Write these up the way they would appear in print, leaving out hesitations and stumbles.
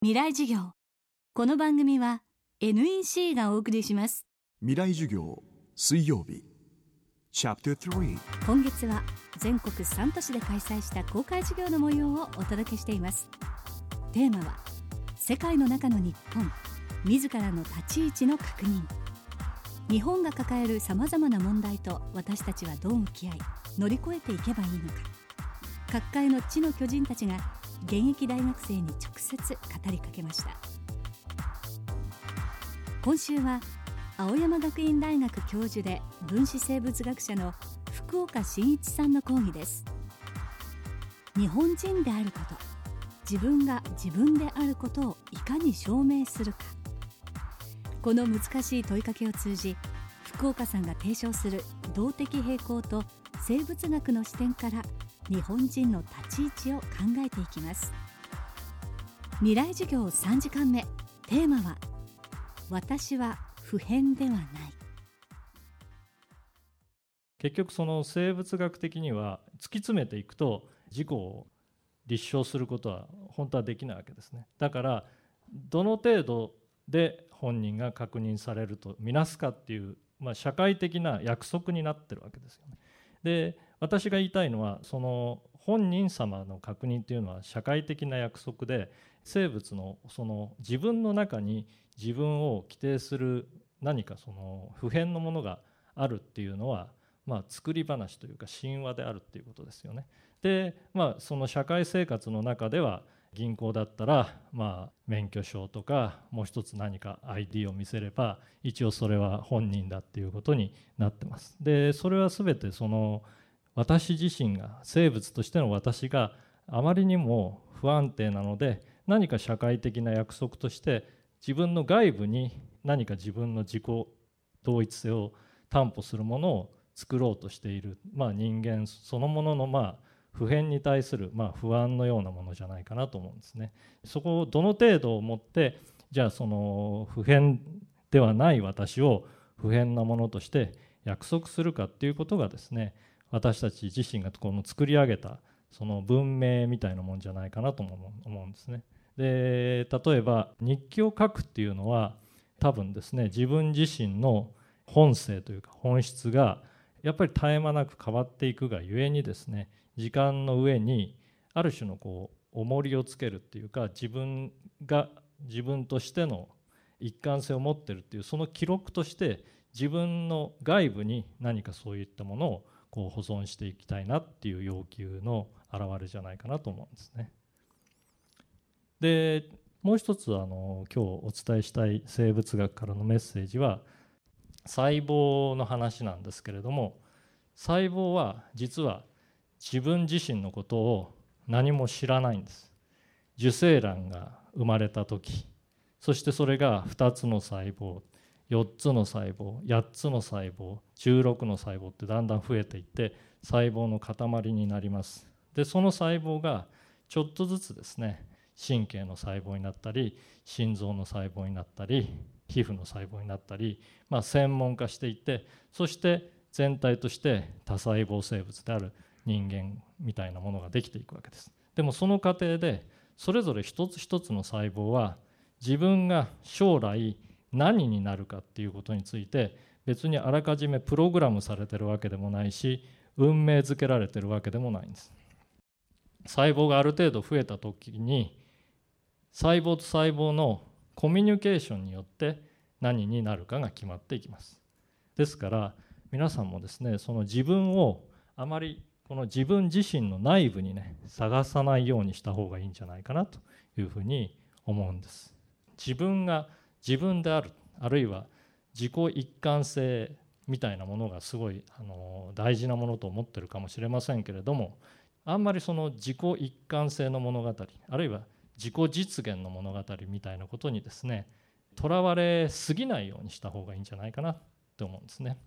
未来授業。この番組は NEC がお送りします。 未来授業水曜日チャプター3。 今月は全国3都市で開催した公開授業の模様をお届けしています。テーマは世界の中の日本、自らの立ち位置の確認。日本が抱えるさまざまな問題と私たちはどう向き合い乗り越えていけばいいのか。各界の知の巨人たちが現役大学生に直接語りかけました。今週は青山学院大学教授で分子生物学者の福岡伸一さんの講義です。日本人であること、自分が自分であることをいかに証明するか。この難しい問いかけを通じ、福岡さんが提唱する動的平衡と生物学の視点から日本人の立ち位置を考えていきます。未来授業3時間目、テーマは私は不変ではない。 結局その生物学的には突き詰めていくと自己を立証することは本当はできないわけですね。だからどの程度で本人が確認されるとみなすかっていう、社会的な約束になってるわけですよね。で、私が言いたいのはその本人様の確認というのは社会的な約束で、生物のその自分の中に自分を規定する何かその普遍のものがあるっていうのは、作り話というか神話であるっていうことですよね。で、その社会生活の中では銀行だったら、免許証とかもう一つ何か ID を見せれば一応それは本人だっていうことになってます。で、それは全てその私自身が、生物としての私があまりにも不安定なので、何か社会的な約束として自分の外部に何か自分の自己同一性を担保するものを作ろうとしている、人間そのものの普遍に対する不安のようなものじゃないかなと思うんですね。そこをどの程度をもって、じゃあその普遍ではない私を普遍なものとして約束するかっていうことがですね、私たち自身がこの作り上げたその文明みたいなもんじゃないかなと思うんですね。で、例えば日記を書くっていうのは多分ですね、自分自身の本性というか本質がやっぱり絶え間なく変わっていくがゆえにですね、時間の上にある種の重りをつけるっていうか、自分が自分としての一貫性を持ってるっていうその記録として自分の外部に何かそういったものを保存していきたいなっていう要求の表れじゃないかなと思うんですね。で、もう一つ今日お伝えしたい生物学からのメッセージは細胞の話なんですけれども、細胞は実は自分自身のことを何も知らないんです。受精卵が生まれた時、そしてそれが2つの細胞、4つの細胞、8つの細胞、16の細胞ってだんだん増えていって細胞の塊になります。で、その細胞がちょっとずつですね、神経の細胞になったり、心臓の細胞になったり、皮膚の細胞になったり、専門化していって、そして全体として多細胞生物である人間みたいなものができていくわけです。でもその過程でそれぞれ一つ一つの細胞は自分が将来何になるかっていうことについて別にあらかじめプログラムされてるわけでもないし、運命づけられてるわけでもないんです。細胞がある程度増えた時に細胞と細胞のコミュニケーションによって何になるかが決まっていきます。ですから皆さんもですね、その自分をあまりこの自分自身の内部にね探さないようにした方がいいんじゃないかなというふうに思うんです。自分が自分である、あるいは自己一貫性みたいなものがすごい大事なものと思ってるかもしれませんけれども、あんまりその自己一貫性の物語、あるいは自己実現の物語みたいなことにですね、とらわれすぎないようにした方がいいんじゃないかなと思うんですね。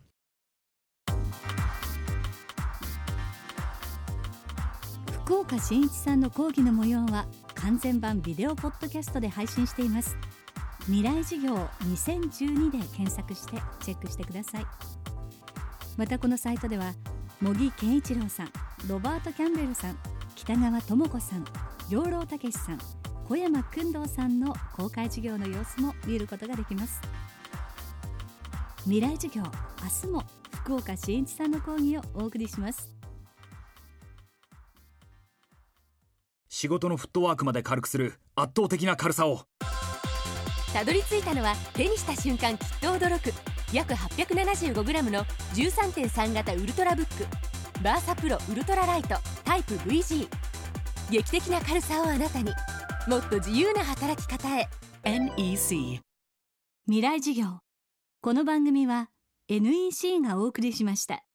福岡伸一さんの講義の模様は完全版ビデオポッドキャストで配信しています。未来授業2012で検索してチェックしてください。またこのサイトでは茂木健一郎さん、ロバート・キャンベルさん、北川智子さん、養老孟さん、 小山薫堂さんの公開授業の様子も見ることができます。未来授業、明日も福岡伸一さんの講義をお送りします。 仕事のフットワークまで軽くする圧倒的な軽さを。 たどり着いたのは手にした瞬間きっと驚く約 875g の 13.3 型ウルトラブックバーサプロウルトラライトタイプ VG。 劇的な軽さをあなたに、もっと自由な働き方へ。 NEC 未来授業。この番組は NEC がお送りしました。